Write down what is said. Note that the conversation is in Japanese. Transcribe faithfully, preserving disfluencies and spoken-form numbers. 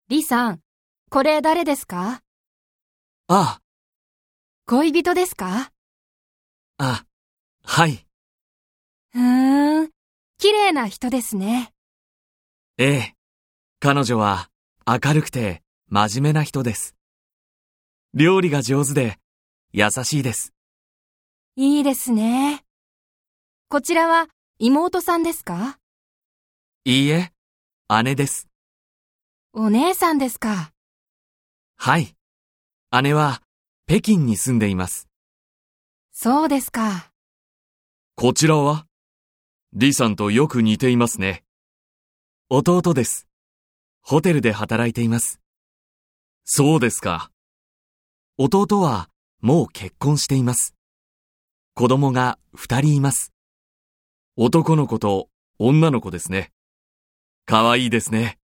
李さん、これ誰ですか？ あ恋人ですか？ あ、あ、はい。 うーん、綺麗な人ですね。 ええ。彼女は明るくて真面目な人です。料理が上手で優しいです。 いいですね。こちらは妹さんですか？ いいえ、姉です。 お姉さんですか？ はい。姉は北京に住んでいます。 そうですか。 こちらは李さんとよく似ていますね。弟です。ホテルで働いています。そうですか。弟はもう結婚しています。子供が二人います。男の子と女の子ですね。かわいいですね。